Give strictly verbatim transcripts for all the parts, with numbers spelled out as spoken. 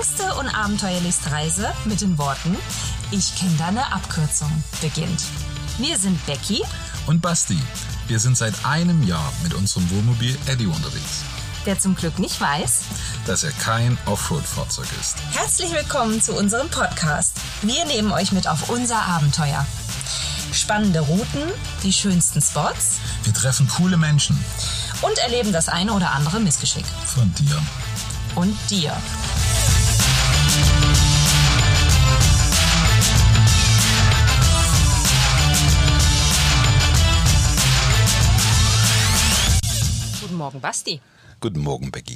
längste und abenteuerlichste Reise mit den Worten Ich kenne deine Abkürzung beginnt. Wir sind Becky und Basti. Wir sind seit einem Jahr mit unserem Wohnmobil Eddie unterwegs, der zum Glück nicht weiß, dass er kein Offroad-Fahrzeug ist. Herzlich willkommen zu unserem Podcast. Wir nehmen euch mit auf unser Abenteuer. Spannende Routen, die schönsten Spots. Wir treffen coole Menschen. Und erleben das eine oder andere Missgeschick. Von dir. Und dir. Guten Morgen, Basti. Guten Morgen, Becky.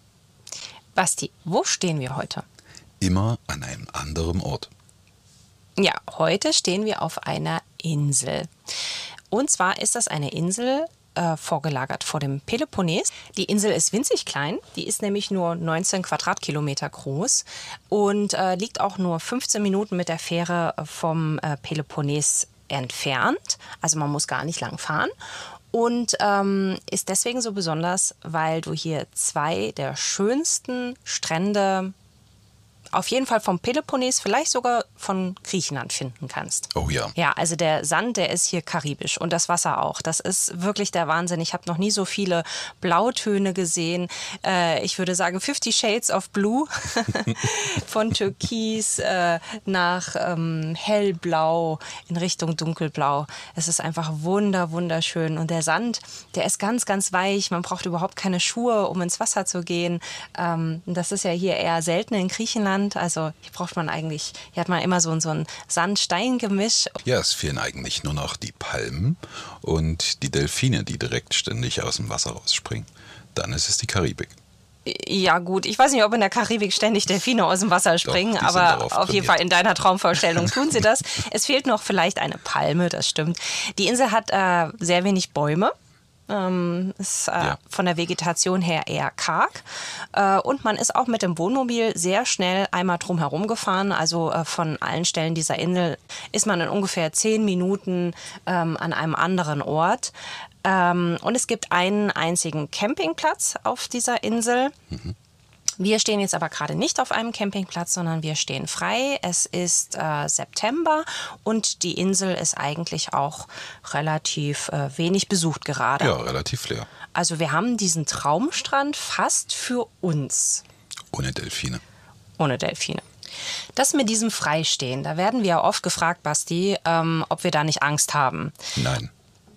Basti, wo stehen wir heute? Immer an einem anderen Ort. Ja, heute stehen wir auf einer Insel. Und zwar ist das eine Insel, äh, vorgelagert vor dem Peloponnes. Die Insel ist winzig klein, die ist nämlich nur neunzehn Quadratkilometer groß und äh, liegt auch nur fünfzehn Minuten mit der Fähre vom äh, Peloponnes entfernt. Also man muss gar nicht lang fahren. Und ähm, ist deswegen so besonders, weil du hier zwei der schönsten Strände auf jeden Fall vom Peloponnes, vielleicht sogar von Griechenland finden kannst. Oh ja. Ja, also der Sand, der ist hier karibisch und das Wasser auch. Das ist wirklich der Wahnsinn. Ich habe noch nie so viele Blautöne gesehen. Äh, ich würde sagen Fifty Shades of Blue. Von Türkis äh, nach ähm, hellblau in Richtung dunkelblau. Es ist einfach wunder, wunderschön. Und der Sand, der ist ganz, ganz weich. Man braucht überhaupt keine Schuhe, um ins Wasser zu gehen. Ähm, das ist ja hier eher selten in Griechenland. Also hier braucht man eigentlich, hier hat man immer so, so ein Sand-Stein-Gemisch. Ja, es fehlen eigentlich nur noch die Palmen und die Delfine, die direkt ständig aus dem Wasser rausspringen. Dann ist es die Karibik. Ja gut, ich weiß nicht, ob in der Karibik ständig Delfine aus dem Wasser springen, Doch, aber auf jeden Fall in deiner Traumvorstellung tun sie das. Es fehlt noch vielleicht eine Palme, das stimmt. Die Insel hat äh, sehr wenig Bäume. Ähm, ist äh, ja. von der Vegetation her eher karg. Äh, und man ist auch mit dem Wohnmobil sehr schnell einmal drum herum gefahren. Also äh, von allen Stellen dieser Insel ist man in ungefähr zehn Minuten ähm, an einem anderen Ort. Ähm, und es gibt einen einzigen Campingplatz auf dieser Insel. Mhm. Wir stehen jetzt aber gerade nicht auf einem Campingplatz, sondern wir stehen frei. Es ist äh, September und die Insel ist eigentlich auch relativ äh, wenig besucht gerade. Ja, relativ leer. Also wir haben diesen Traumstrand fast für uns. Ohne Delfine. Ohne Delfine. Das mit diesem Freistehen, da werden wir ja oft gefragt, Basti, ähm, ob wir da nicht Angst haben. Nein.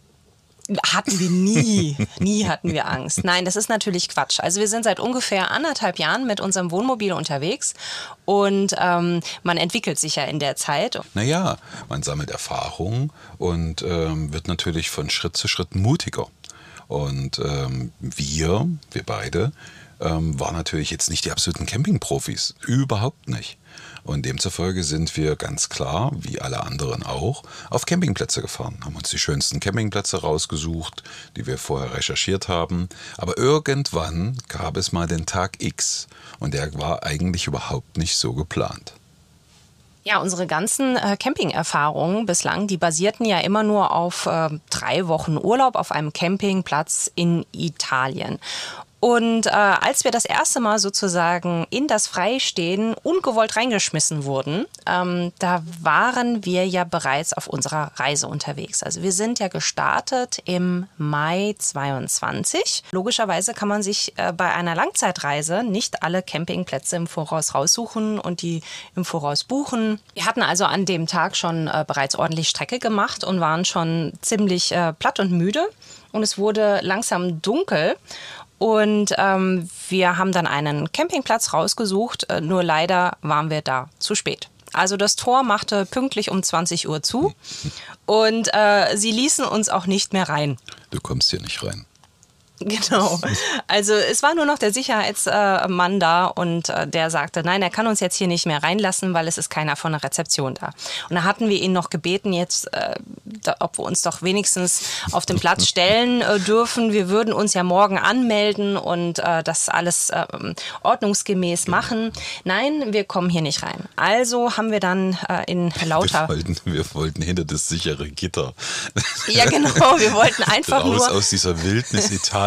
Hatten wir nie. Nie hatten wir Angst. Nein, das ist natürlich Quatsch. Also wir sind seit ungefähr anderthalb Jahren mit unserem Wohnmobil unterwegs und ähm, man entwickelt sich ja in der Zeit. Naja, man sammelt Erfahrung und ähm, wird natürlich von Schritt zu Schritt mutiger. Und ähm, wir, wir beide, ähm, waren natürlich jetzt nicht die absoluten Campingprofis. Überhaupt nicht. Und demzufolge sind wir ganz klar, wie alle anderen auch, auf Campingplätze gefahren, haben uns die schönsten Campingplätze rausgesucht, die wir vorher recherchiert haben. Aber irgendwann gab es mal den Tag X und der war eigentlich überhaupt nicht so geplant. Ja, unsere ganzen äh, Camping-Erfahrungen bislang, die basierten ja immer nur auf äh, drei Wochen Urlaub auf einem Campingplatz in Italien. Und äh, als wir das erste Mal sozusagen in das Freistehen ungewollt reingeschmissen wurden, ähm, da waren wir ja bereits auf unserer Reise unterwegs. Also wir sind ja gestartet im Mai zweiundzwanzig. Logischerweise kann man sich äh, bei einer Langzeitreise nicht alle Campingplätze im Voraus raussuchen und die im Voraus buchen. Wir hatten also an dem Tag schon äh, bereits ordentlich Strecke gemacht und waren schon ziemlich äh, platt und müde. Und es wurde langsam dunkel. Und ähm, wir haben dann einen Campingplatz rausgesucht, äh, nur leider waren wir da zu spät. Also das Tor machte pünktlich um zwanzig Uhr zu und äh, sie ließen uns auch nicht mehr rein. Du kommst hier nicht rein. Genau. Also es war nur noch der Sicherheitsmann da und der sagte, nein, er kann uns jetzt hier nicht mehr reinlassen, weil es ist keiner von der Rezeption da. Und da hatten wir ihn noch gebeten, jetzt, ob wir uns doch wenigstens auf den Platz stellen dürfen. Wir würden uns ja morgen anmelden und das alles ordnungsgemäß machen. Nein, wir kommen hier nicht rein. Also haben wir dann in lauter... Wir wollten, wir wollten hinter das sichere Gitter. Ja, genau. Wir wollten einfach raus nur... aus dieser Wildnis Italien.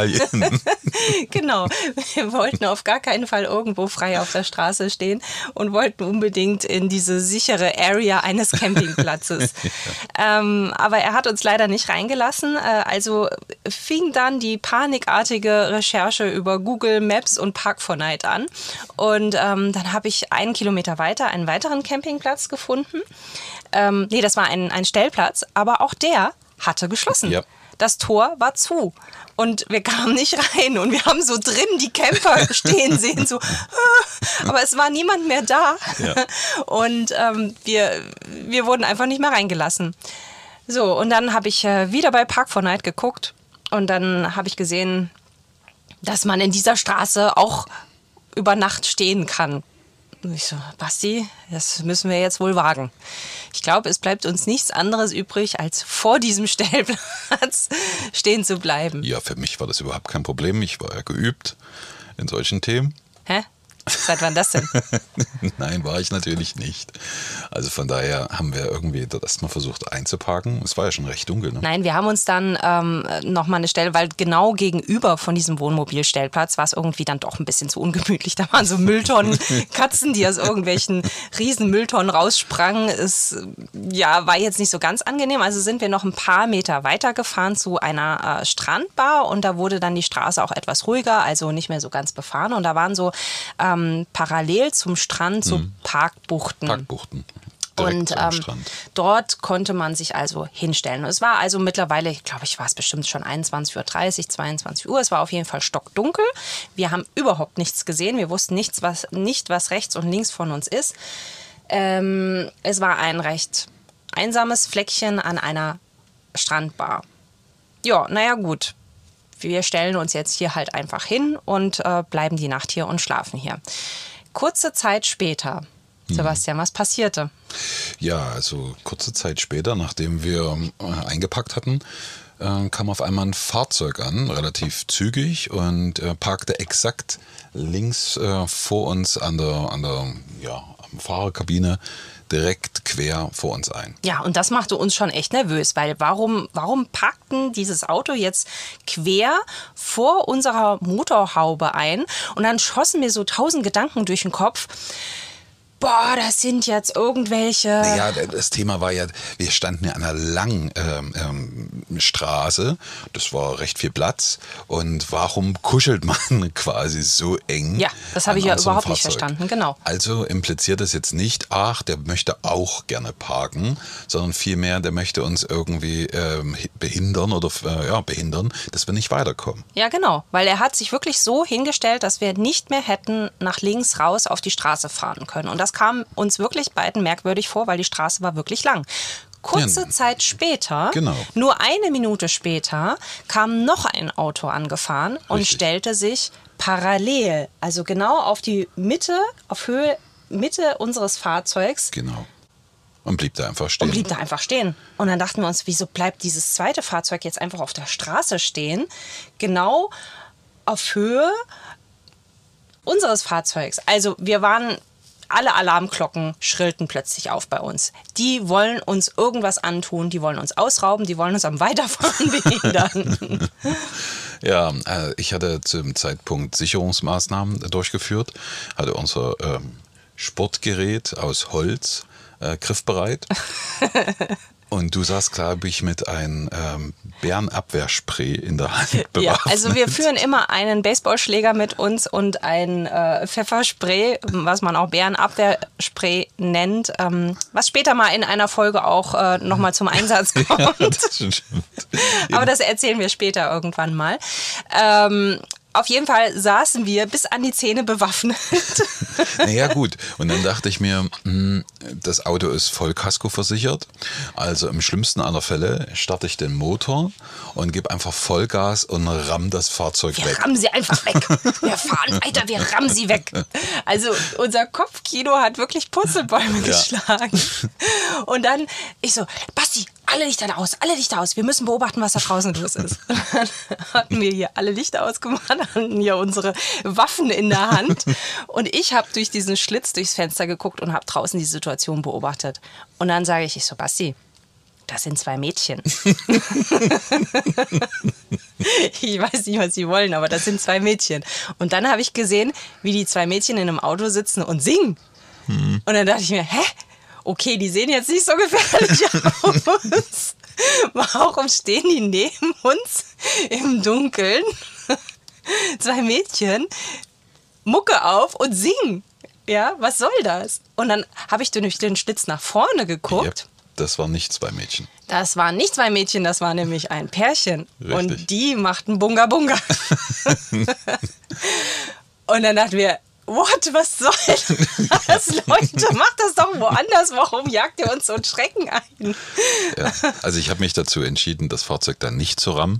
Italien. Genau, wir wollten auf gar keinen Fall irgendwo frei auf der Straße stehen und wollten unbedingt in diese sichere Area eines Campingplatzes. ja. ähm, aber er hat uns leider nicht reingelassen, äh, also fing dann die panikartige Recherche über Google Maps und Park four Night an und ähm, dann habe ich einen Kilometer weiter einen weiteren Campingplatz gefunden. Ähm, nee, das war ein, ein Stellplatz, aber auch der hatte geschlossen. Ja. Das Tor war zu und wir kamen nicht rein und wir haben so drin die Camper stehen sehen, so, aber es war niemand mehr da ja. und ähm, wir, wir wurden einfach nicht mehr reingelassen. So, und dann habe ich äh, wieder bei Park four Night geguckt und dann habe ich gesehen, dass man in dieser Straße auch über Nacht stehen kann. Und ich so, Basti, das müssen wir jetzt wohl wagen. Ich glaube, es bleibt uns nichts anderes übrig, als vor diesem Stellplatz stehen zu bleiben. Ja, für mich war das überhaupt kein Problem. Ich war ja geübt in solchen Themen. Hä? Seit wann das denn? Nein, war ich natürlich nicht. Also von daher haben wir irgendwie das erstmal versucht einzuparken. Es war ja schon recht dunkel, ne? Nein, wir haben uns dann ähm, nochmal eine Stelle, weil genau gegenüber von diesem Wohnmobilstellplatz war es irgendwie dann doch ein bisschen zu ungemütlich. Da waren so Mülltonnen, Katzen, die aus irgendwelchen riesen Mülltonnen raussprangen. Es ja, war jetzt nicht so ganz angenehm. Also sind wir noch ein paar Meter weiter gefahren zu einer äh, Strandbar und da wurde dann die Straße auch etwas ruhiger, also nicht mehr so ganz befahren. Und da waren so äh, parallel zum Strand so Parkbuchten. Parkbuchten. Und ähm, dort konnte man sich also hinstellen. Es war also mittlerweile, ich glaube, ich war es bestimmt schon einundzwanzig Uhr dreißig, zweiundzwanzig Uhr. Es war auf jeden Fall stockdunkel. Wir haben überhaupt nichts gesehen. Wir wussten nichts, was, nicht, was rechts und links von uns ist. Ähm, es war ein recht einsames Fleckchen an einer Strandbar. Ja, naja, gut. Wir stellen uns jetzt hier halt einfach hin und äh, bleiben die Nacht hier und schlafen hier. Kurze Zeit später, Sebastian, was passierte? Ja, also kurze Zeit später, nachdem wir äh, eingepackt hatten, äh, kam auf einmal ein Fahrzeug an, relativ zügig und äh, parkte exakt links äh, vor uns an der, an der ja, am Fahrerkabine, direkt quer vor uns ein. Ja, und das machte uns schon echt nervös, weil warum, warum parkten dieses Auto jetzt quer vor unserer Motorhaube ein? Und dann schossen mir so tausend Gedanken durch den Kopf. Boah, das sind jetzt irgendwelche... Naja, das Thema war ja, wir standen ja an einer langen ähm, ähm, Straße, das war recht viel Platz und warum kuschelt man quasi so eng? Ja, das habe ich ja überhaupt nicht verstanden, genau. Also impliziert das jetzt nicht, ach, der möchte auch gerne parken, sondern vielmehr, der möchte uns irgendwie ähm, behindern oder äh, ja, behindern, dass wir nicht weiterkommen. Ja, genau, weil er hat sich wirklich so hingestellt, dass wir nicht mehr hätten nach links raus auf die Straße fahren können. Und das kam uns wirklich beiden merkwürdig vor, weil die Straße war wirklich lang. Kurze ja, Zeit später, genau. nur eine Minute später, kam noch ein Auto angefahren und Richtig. stellte sich parallel, also genau auf die Mitte, auf Höhe Mitte unseres Fahrzeugs. Genau. Und blieb da einfach stehen. Und blieb da einfach stehen. Und dann dachten wir uns, wieso bleibt dieses zweite Fahrzeug jetzt einfach auf der Straße stehen? Genau auf Höhe unseres Fahrzeugs. Also wir waren... Alle Alarmglocken schrillten plötzlich auf bei uns. Die wollen uns irgendwas antun, die wollen uns ausrauben, die wollen uns am Weiterfahren behindern. Ja, ich hatte zum Zeitpunkt Sicherungsmaßnahmen durchgeführt, hatte unser ähm, Sportgerät aus Holz äh, griffbereit. Und du saßt, glaube ich, mit einem ähm, Bärenabwehrspray in der Hand bewaffnet. Ja, also wir führen immer einen Baseballschläger mit uns und ein äh, Pfefferspray, was man auch Bärenabwehrspray nennt, ähm, was später mal in einer Folge auch äh, nochmal zum Einsatz kommt. Ja, das stimmt. Aber das erzählen wir später irgendwann mal. Ähm, Auf jeden Fall saßen wir bis an die Zähne bewaffnet. Naja gut, und dann dachte ich mir, mh, das Auto ist Vollkasko versichert. Also im schlimmsten aller Fälle starte ich den Motor und gebe einfach Vollgas und ramm das Fahrzeug wir weg. Wir rammen sie einfach weg. Wir fahren weiter, wir rammen sie weg. Also unser Kopfkino hat wirklich Purzelbäume ja. geschlagen. Und dann, ich so, Basti, alle Lichter aus, alle Lichter aus. Wir müssen beobachten, was da draußen los ist. Und dann hatten wir hier alle Lichter ausgemacht, hatten hier unsere Waffen in der Hand. Und ich habe durch diesen Schlitz durchs Fenster geguckt und habe draußen die Situation beobachtet. Und dann sage ich, ich so, Basti, das sind zwei Mädchen. Ich weiß nicht, was sie wollen, aber das sind zwei Mädchen. Und dann habe ich gesehen, wie die zwei Mädchen in einem Auto sitzen und singen. Hm. Und dann dachte ich mir, hä? Okay, die sehen jetzt nicht so gefährlich aus. Warum stehen die neben uns im Dunkeln? Zwei Mädchen, Mucke auf und singen. Ja, was soll das? Und dann habe ich durch den Schlitz nach vorne geguckt. Yep, das waren nicht zwei Mädchen. Das waren nicht zwei Mädchen, das war nämlich ein Pärchen. Richtig. Und die machten Bunga Bunga. Und dann dachten wir, what, was soll das? Leute, macht das doch woanders. Warum jagt ihr uns so einen Schrecken ein? Ja, also ich habe mich dazu entschieden, das Fahrzeug dann nicht zu rammen.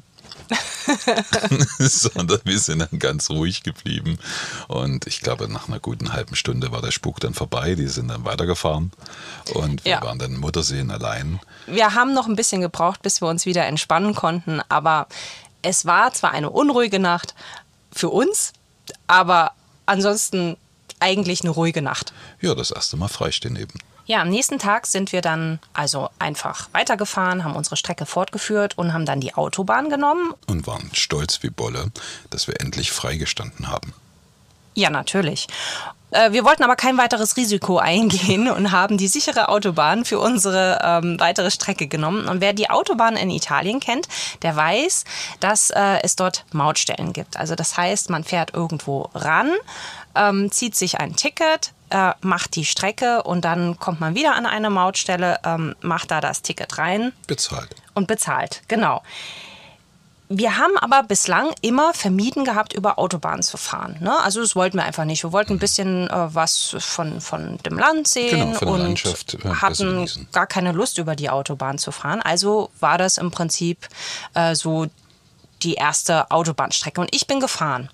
Sondern wir sind dann ganz ruhig geblieben. Und ich glaube, nach einer guten halben Stunde war der Spuk dann vorbei. Die sind dann weitergefahren. Und wir ja. waren dann Mutterseen allein. Wir haben noch ein bisschen gebraucht, bis wir uns wieder entspannen konnten. Aber es war zwar eine unruhige Nacht für uns, aber ansonsten eigentlich eine ruhige Nacht. Ja, das erste Mal freistehen eben. Ja, am nächsten Tag sind wir dann also einfach weitergefahren, haben unsere Strecke fortgeführt und haben dann die Autobahn genommen. Und waren stolz wie Bolle, dass wir endlich freigestanden haben. Ja, natürlich. Wir wollten aber kein weiteres Risiko eingehen und haben die sichere Autobahn für unsere ähm, weitere Strecke genommen. Und wer die Autobahn in Italien kennt, der weiß, dass äh, es dort Mautstellen gibt. Also das heißt, man fährt irgendwo ran, ähm, zieht sich ein Ticket, äh, macht die Strecke und dann kommt man wieder an eine Mautstelle, ähm, macht da das Ticket rein. Bezahlt. Und bezahlt, genau. Wir haben aber bislang immer vermieden gehabt, über Autobahnen zu fahren. Ne? Also das wollten wir einfach nicht. Wir wollten ein bisschen äh, was von, von dem Land sehen genau, von der und Landschaft, äh, hatten gar keine Lust, über die Autobahn zu fahren. Also war das im Prinzip äh, so die erste Autobahnstrecke. Und ich bin gefahren.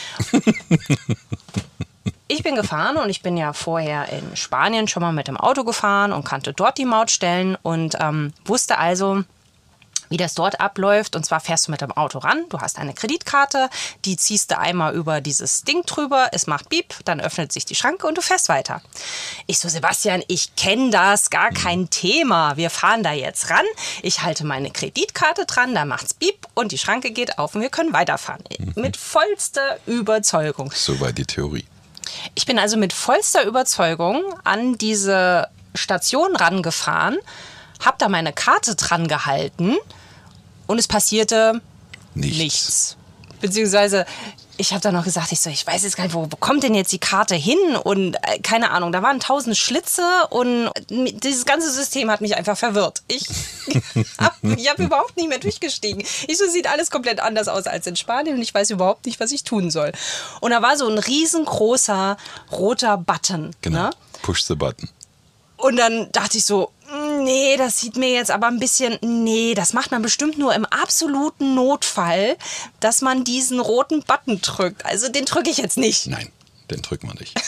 Ich bin gefahren und ich bin ja vorher in Spanien schon mal mit dem Auto gefahren und kannte dort die Mautstellen und ähm, wusste also, wie das dort abläuft. Und zwar fährst du mit dem Auto ran, du hast eine Kreditkarte, die ziehst du einmal über dieses Ding drüber, es macht Piep, dann öffnet sich die Schranke und du fährst weiter. Ich so, Sebastian, ich kenne das, gar kein Thema. Wir fahren da jetzt ran, ich halte meine Kreditkarte dran, da macht's Piep und die Schranke geht auf und wir können weiterfahren. Mhm. Mit vollster Überzeugung. Soweit die Theorie. Ich bin also mit vollster Überzeugung an diese Station rangefahren, habe da meine Karte dran gehalten und es passierte nichts. nichts. Beziehungsweise, ich habe dann noch gesagt, ich so, ich weiß jetzt gar nicht, wo, wo kommt denn jetzt die Karte hin? Und äh, keine Ahnung, da waren tausend Schlitze und dieses ganze System hat mich einfach verwirrt. Ich habe hab überhaupt nicht mehr durchgestiegen. Ich so, sieht alles komplett anders aus als in Spanien und ich weiß überhaupt nicht, was ich tun soll. Und da war so ein riesengroßer roter Button. Genau, ne? Push the button. Und dann dachte ich so, nee, das sieht mir jetzt aber ein bisschen, nee, das macht man bestimmt nur im absoluten Notfall, dass man diesen roten Button drückt. Also den drücke ich jetzt nicht. Nein, den drückt man nicht.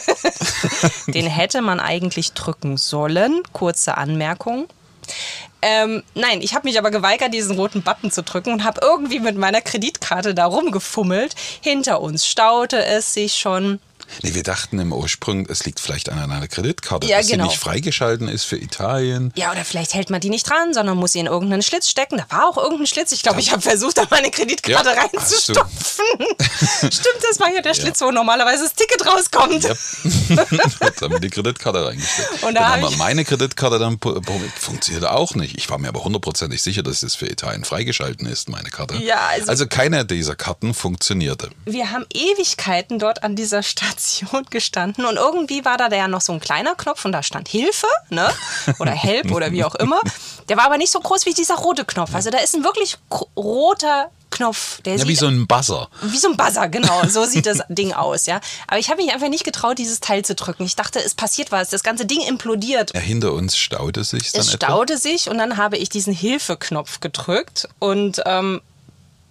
Den hätte man eigentlich drücken sollen. Kurze Anmerkung. Ähm, nein, ich habe mich aber geweigert, diesen roten Button zu drücken und habe irgendwie mit meiner Kreditkarte da rumgefummelt. Hinter uns staute es sich schon. Nee, wir dachten im Ursprung, es liegt vielleicht an einer Kreditkarte, ja, dass genau. sie nicht freigeschalten ist für Italien. Ja, oder vielleicht hält man die nicht dran, sondern muss sie in irgendeinen Schlitz stecken. Da war auch irgendein Schlitz. Ich glaube, ich habe versucht, da meine Kreditkarte ja, reinzustopfen. Stimmt, das war ja der Schlitz, ja. wo normalerweise das Ticket rauskommt. Ja. Jetzt haben wir die Kreditkarte reingesteckt. Und da dann haben wir meine Kreditkarte dann funktioniert auch nicht. Ich war mir aber hundertprozentig sicher, dass es für Italien freigeschalten ist, meine Karte. Ja, also, also keine dieser Karten funktionierte. Wir haben Ewigkeiten dort an dieser Station gestanden und irgendwie war da ja noch so ein kleiner Knopf und da stand Hilfe, ne? Oder Help oder wie auch immer. Der war aber nicht so groß wie dieser rote Knopf. Also da ist ein wirklich roter Knopf. Der ja, sieht, wie so ein Buzzer. Wie so ein Buzzer, genau. So sieht das Ding aus, ja. Aber ich habe mich einfach nicht getraut, dieses Teil zu drücken. Ich dachte, es passiert was. Das ganze Ding implodiert. Ja, hinter uns staute sich dann Es etwa. staute sich und dann habe ich diesen Hilfe-Knopf gedrückt und ähm,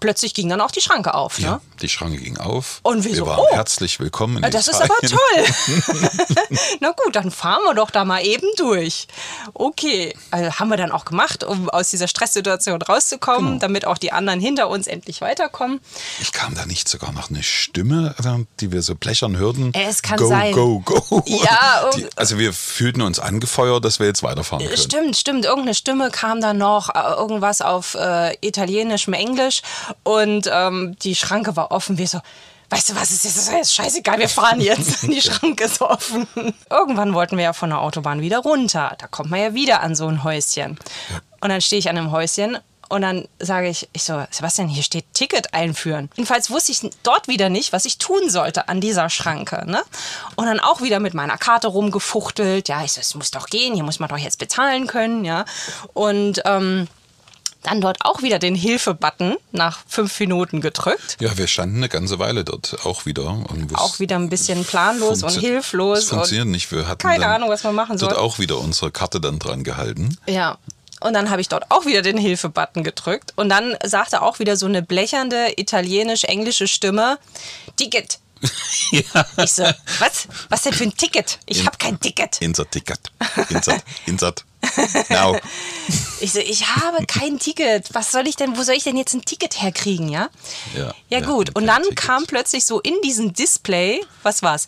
plötzlich ging dann auch die Schranke auf. Ne? Ja, die Schranke ging auf. Und wir, wir so, waren oh, herzlich willkommen in das ist Italien. aber toll. Na gut, dann fahren wir doch da mal eben durch. Okay, also haben wir dann auch gemacht, um aus dieser Stresssituation rauszukommen, Genau. damit auch die anderen hinter uns endlich weiterkommen. Ich kam da nicht sogar noch eine Stimme, die wir so blechern hörten. Es kann go, sein. Go, go, go. Ja, die, also wir fühlten uns angefeuert, dass wir jetzt weiterfahren können. Stimmt, stimmt. Irgendeine Stimme kam dann noch, äh, irgendwas auf äh, italienischem Englisch und ähm, die Schranke war offen. Wir so, weißt du was, ist jetzt, ist jetzt scheißegal, wir fahren jetzt. Die Schranke ist offen. Irgendwann wollten wir ja von der Autobahn wieder runter. Da kommt man ja wieder an so ein Häuschen. Und dann stehe ich an einem Häuschen und dann sage ich, ich so, Sebastian, hier steht Ticket einführen. Jedenfalls wusste ich dort wieder nicht, was ich tun sollte an dieser Schranke. Ne? Und dann auch wieder mit meiner Karte rumgefuchtelt. Ja, ich so, es muss doch gehen, hier muss man doch jetzt bezahlen können. Ja. Und ähm, dann dort auch wieder den Hilfe-Button nach fünf Minuten gedrückt. Ja, wir standen eine ganze Weile dort auch wieder. Und Auch wieder ein bisschen planlos und hilflos. Das funktioniert nicht. Wir hatten keine dann Ahnung, was man machen soll. dort auch wieder unsere Karte dann dran gehalten. Ja. Und dann habe ich dort auch wieder den Hilfe-Button gedrückt. Und dann sagte auch wieder so eine blechernde italienisch-englische Stimme, Ticket. Ja. Ich so, was? Was denn für ein Ticket? Ich habe kein Ticket. Insert Ticket. Insert. Insert. Now. Ich so, ich habe kein Ticket. Was soll ich denn, wo soll ich denn jetzt ein Ticket herkriegen, ja? Ja, Ja gut. Und dann Ticket. Kam plötzlich so in diesem Display, was war's?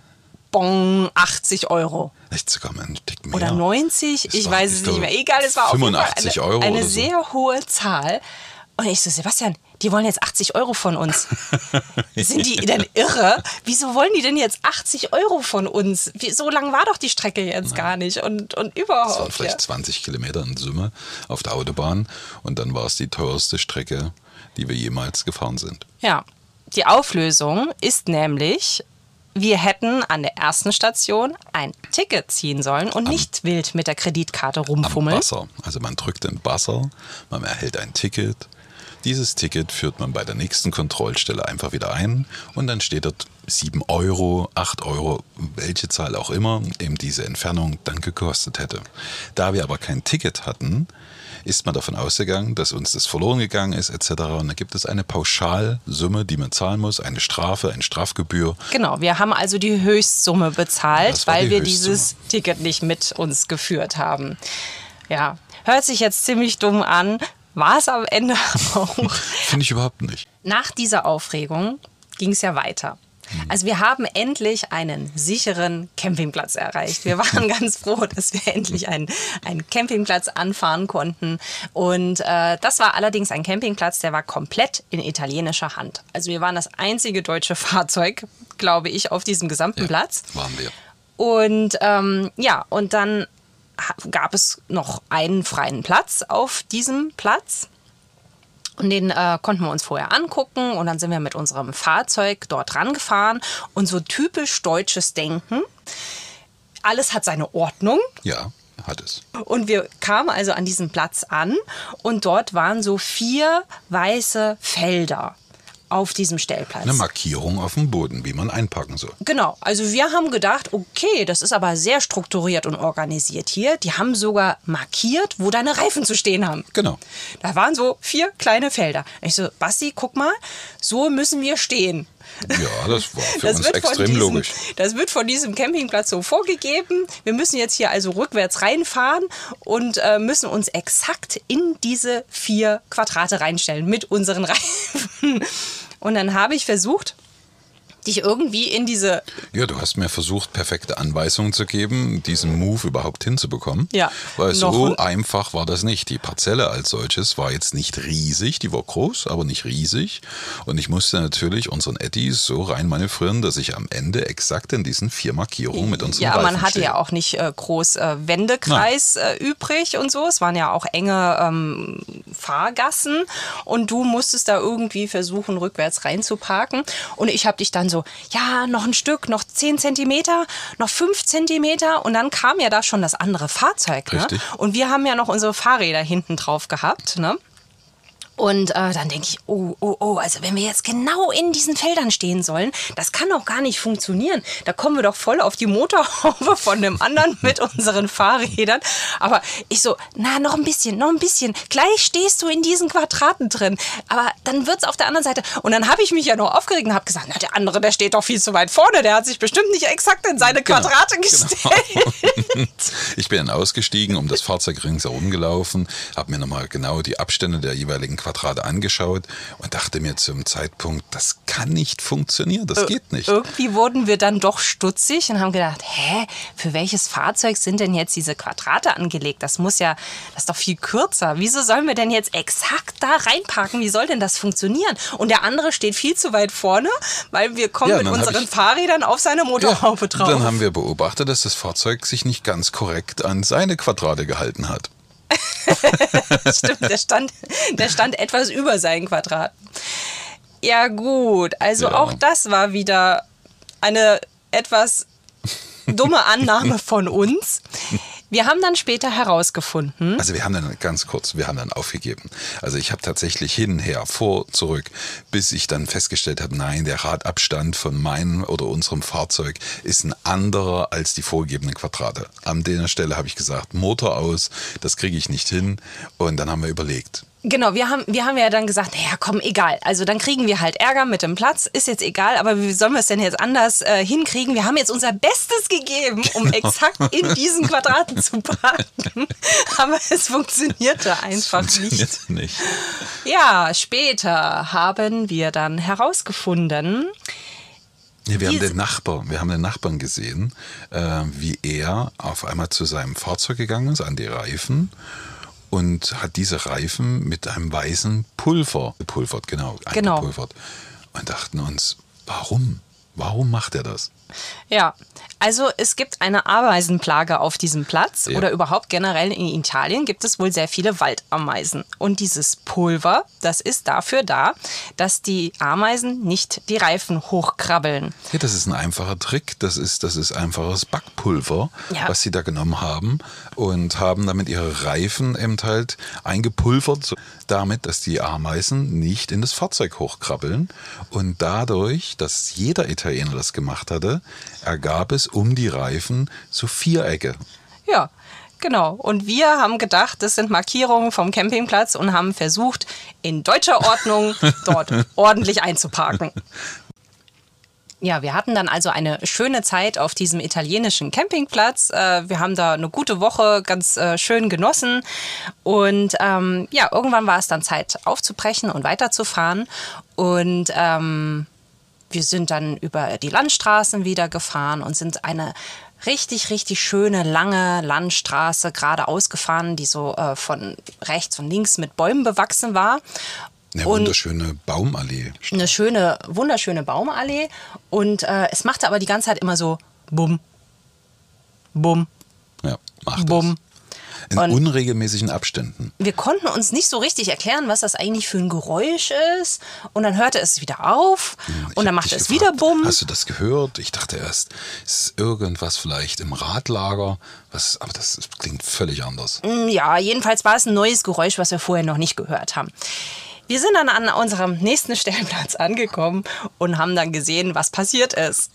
Bong, achtzig Euro. Echt sogar mal einen Tick mehr. Oder neunzig, es ich war, weiß es nicht mehr. Egal, es war auf jeden Fall fünfundachtzig eine, Euro eine oder so. sehr hohe Zahl. Und ich so, Sebastian, die wollen jetzt achtzig Euro von uns. Sind die denn irre? Wieso wollen die denn jetzt achtzig Euro von uns? Wie, so lang war doch die Strecke jetzt Nein. gar nicht. Und, und überhaupt. Das waren vielleicht ja. zwanzig Kilometer in Summe auf der Autobahn. Und dann war es die teuerste Strecke, die wir jemals gefahren sind. Ja, die Auflösung ist nämlich, wir hätten an der ersten Station ein Ticket ziehen sollen und am, nicht wild mit der Kreditkarte rumfummeln. Am Buzzer. Also man drückt den Buzzer, man erhält ein Ticket. Dieses Ticket führt man bei der nächsten Kontrollstelle einfach wieder ein und dann steht dort sieben Euro, acht Euro, welche Zahl auch immer eben diese Entfernung dann gekostet hätte. Da wir aber kein Ticket hatten, ist man davon ausgegangen, dass uns das verloren gegangen ist et cetera. Und da gibt es eine Pauschalsumme, die man zahlen muss, eine Strafe, eine Strafgebühr. Genau, wir haben also die Höchstsumme bezahlt, weil die wir Höchstsumme. dieses Ticket nicht mit uns geführt haben. Ja, hört sich jetzt ziemlich dumm an, war es am Ende auch. Finde ich überhaupt nicht. Nach dieser Aufregung ging es ja weiter. Also wir haben endlich einen sicheren Campingplatz erreicht. Wir waren ganz froh, dass wir endlich einen, einen Campingplatz anfahren konnten. Und äh, das war allerdings ein Campingplatz, der war komplett in italienischer Hand. Also wir waren das einzige deutsche Fahrzeug, glaube ich, auf diesem gesamten ja, Platz. Waren wir. Und ähm, ja, und dann gab es noch einen freien Platz auf diesem Platz. Und den äh, konnten wir uns vorher angucken und dann sind wir mit unserem Fahrzeug dort rangefahren. Und so typisch deutsches Denken, alles hat seine Ordnung. Ja, hat es. Und wir kamen also an diesem Platz an und dort waren so vier weiße Felder auf diesem Stellplatz. Eine Markierung auf dem Boden, wie man einpacken soll. Genau, also wir haben gedacht, okay, das ist aber sehr strukturiert und organisiert hier. Die haben sogar markiert, wo deine Reifen zu stehen haben. Genau. Da waren so vier kleine Felder. Ich so, Basti, guck mal, so müssen wir stehen. Ja, das war für das uns wird extrem diesem, logisch. Das wird von diesem Campingplatz so vorgegeben. Wir müssen jetzt hier also rückwärts reinfahren und äh, müssen uns exakt in diese vier Quadrate reinstellen mit unseren Reifen. Und dann habe ich versucht, dich irgendwie in diese... Ja, du hast mir versucht, perfekte Anweisungen zu geben, diesen Move überhaupt hinzubekommen. Ja. Weil noch so einfach war das nicht. Die Parzelle als solches war jetzt nicht riesig, die war groß, aber nicht riesig. Und ich musste natürlich unseren Eddies so reinmanövrieren, dass ich am Ende exakt in diesen vier Markierungen mit unseren Ja, Reifen man hatte stehe. ja auch nicht äh, groß äh, Wendekreis äh, übrig und so. Es waren ja auch enge ähm, Fahrgassen und du musstest da irgendwie versuchen, rückwärts reinzuparken. Und ich habe dich dann so, ja, noch ein Stück, noch zehn Zentimeter, noch fünf Zentimeter und dann kam ja da schon das andere Fahrzeug. Ne? Richtig. Und wir haben ja noch unsere Fahrräder hinten drauf gehabt. Ne? Und äh, dann denke ich, oh, oh, oh, also wenn wir jetzt genau in diesen Feldern stehen sollen, das kann doch gar nicht funktionieren. Da kommen wir doch voll auf die Motorhaube von dem anderen mit unseren Fahrrädern. Aber ich so, na, noch ein bisschen, noch ein bisschen. Gleich stehst du in diesen Quadraten drin. Aber dann wird's auf der anderen Seite. Und dann habe ich mich ja noch aufgeregt und habe gesagt, na, der andere, der steht doch viel zu weit vorne. Der hat sich bestimmt nicht exakt in seine Genau, Quadrate gestellt. Genau. Ich bin dann ausgestiegen, um das Fahrzeug ringsherum gelaufen, habe mir nochmal genau die Abstände der jeweiligen Quadrate angeschaut und dachte mir zum Zeitpunkt, das kann nicht funktionieren, das geht nicht. Irgendwie wurden wir dann doch stutzig und haben gedacht, hä, für welches Fahrzeug sind denn jetzt diese Quadrate angelegt? Das muss ja, das ist doch viel kürzer. Wieso sollen wir denn jetzt exakt da reinparken? Wie soll denn das funktionieren? Und der andere steht viel zu weit vorne, weil wir kommen Ja, mit dann hab unseren ich- Fahrrädern auf seine Motorhaube drauf. Dann haben wir beobachtet, dass das Fahrzeug sich nicht ganz korrekt an seine Quadrate gehalten hat. Stimmt, der stand, der stand etwas über seinen Quadraten. Ja gut, also Ja. auch das war wieder eine etwas dumme Annahme von uns. Wir haben dann später herausgefunden, Also wir haben dann ganz kurz, wir haben dann aufgegeben. Also ich habe tatsächlich hin, her, vor, zurück, bis ich dann festgestellt habe, nein, der Radabstand von meinem oder unserem Fahrzeug ist ein anderer als die vorgegebenen Quadrate. An der Stelle habe ich gesagt, Motor aus, das kriege ich nicht hin. Und dann haben wir überlegt. genau, wir haben, wir haben ja dann gesagt, naja, komm, egal. Also dann kriegen wir halt Ärger mit dem Platz, ist jetzt egal, aber wie sollen wir es denn jetzt anders äh, hinkriegen? Wir haben jetzt unser Bestes gegeben, um exakt in diesen Quadraten zu parken. Aber es funktionierte einfach Das nicht. funktioniert nicht. Ja, später haben wir dann herausgefunden, Ja, wir haben Diese- den Nachbarn, wir haben den Nachbarn gesehen, äh, wie er auf einmal zu seinem Fahrzeug gegangen ist, an die Reifen, und hat diese Reifen mit einem weißen Pulver gepulvert, genau, Genau. eingepulvert. Und dachten uns, warum? Warum macht er das? ja, also es gibt eine Ameisenplage auf diesem Platz Ja. oder überhaupt generell in Italien gibt es wohl sehr viele Waldameisen. Und dieses Pulver, das ist dafür da, dass die Ameisen nicht die Reifen hochkrabbeln. Ja, das ist ein einfacher Trick. Das ist, das ist einfaches Backpulver, Ja. was sie da genommen haben und haben damit ihre Reifen eben halt eingepulvert, so damit, dass die Ameisen nicht in das Fahrzeug hochkrabbeln. Und dadurch, dass jeder Italiener das gemacht hatte, ergab es um die Reifen so Vierecke. Ja, genau. Und wir haben gedacht, das sind Markierungen vom Campingplatz und haben versucht, in deutscher Ordnung dort ordentlich einzuparken. Ja, wir hatten dann also eine schöne Zeit auf diesem italienischen Campingplatz. Äh, Wir haben da eine gute Woche ganz äh, schön genossen. Und ähm, ja, irgendwann war es dann Zeit aufzubrechen und weiterzufahren. Und ähm, wir sind dann über die Landstraßen wieder gefahren und sind eine richtig, richtig schöne, lange Landstraße geradeaus gefahren, die so äh, von rechts und links mit Bäumen bewachsen war. Eine Und- wunderschöne Baumallee. Eine schöne, wunderschöne Baumallee. Und äh, es machte aber die ganze Zeit immer so Bumm, Bumm, Ja, macht Bumm. das. In Und- unregelmäßigen Abständen. Wir konnten uns nicht so richtig erklären, was das eigentlich für ein Geräusch ist. Und dann hörte es wieder auf Ich und dann hab machte dich es gefragt, wieder Bumm. Hast du das gehört? Ich dachte erst, es ist irgendwas vielleicht im Radlager. Was, aber das klingt völlig anders. Ja, jedenfalls war es ein neues Geräusch, was wir vorher noch nicht gehört haben. Wir sind dann an unserem nächsten Stellplatz angekommen und haben dann gesehen, was passiert ist.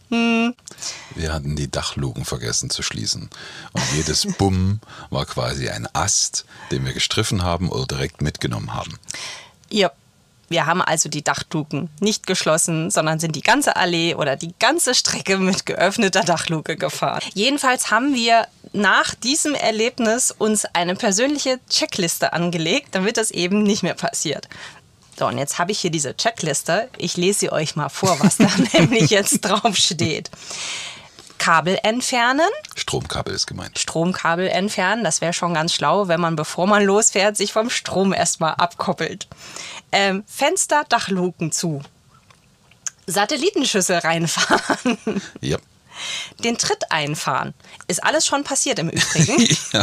Wir hatten die Dachluken vergessen zu schließen. Und jedes Bumm war quasi ein Ast, den wir gestriffen haben oder direkt mitgenommen haben. Ja, wir haben also die Dachluken nicht geschlossen, sondern sind die ganze Allee oder die ganze Strecke mit geöffneter Dachluke gefahren. Jedenfalls haben wir nach diesem Erlebnis uns eine persönliche Checkliste angelegt, damit das eben nicht mehr passiert. So, und jetzt habe ich hier diese Checkliste. Ich lese sie euch mal vor, was da nämlich jetzt drauf steht. Kabel entfernen. Stromkabel ist gemeint. Stromkabel entfernen. Das wäre schon ganz schlau, wenn man, bevor man losfährt, sich vom Strom erstmal abkoppelt. Ähm, Fenster, Dachluken zu. Satellitenschüssel reinfahren. Ja. Den Tritt einfahren. Ist alles schon passiert im Übrigen. Ja.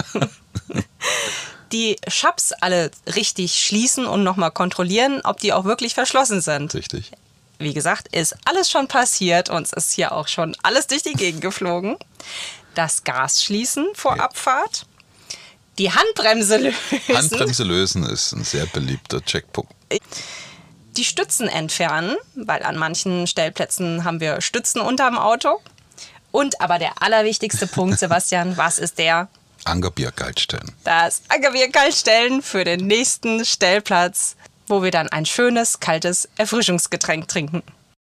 Die Schaps alle richtig schließen und nochmal kontrollieren, ob die auch wirklich verschlossen sind. Richtig. Wie gesagt, ist alles schon passiert. Uns ist hier auch schon alles durch die Gegend geflogen. Das Gas schließen vor Ja. Abfahrt. Die Handbremse lösen. Handbremse lösen ist ein sehr beliebter Checkpunkt. Die Stützen entfernen, weil an manchen Stellplätzen haben wir Stützen unterm Auto. Und aber der allerwichtigste Punkt, Sebastian, was ist der? Angerbier kaltstellen. Das Angerbier kaltstellen für den nächsten Stellplatz, wo wir dann ein schönes, kaltes Erfrischungsgetränk trinken.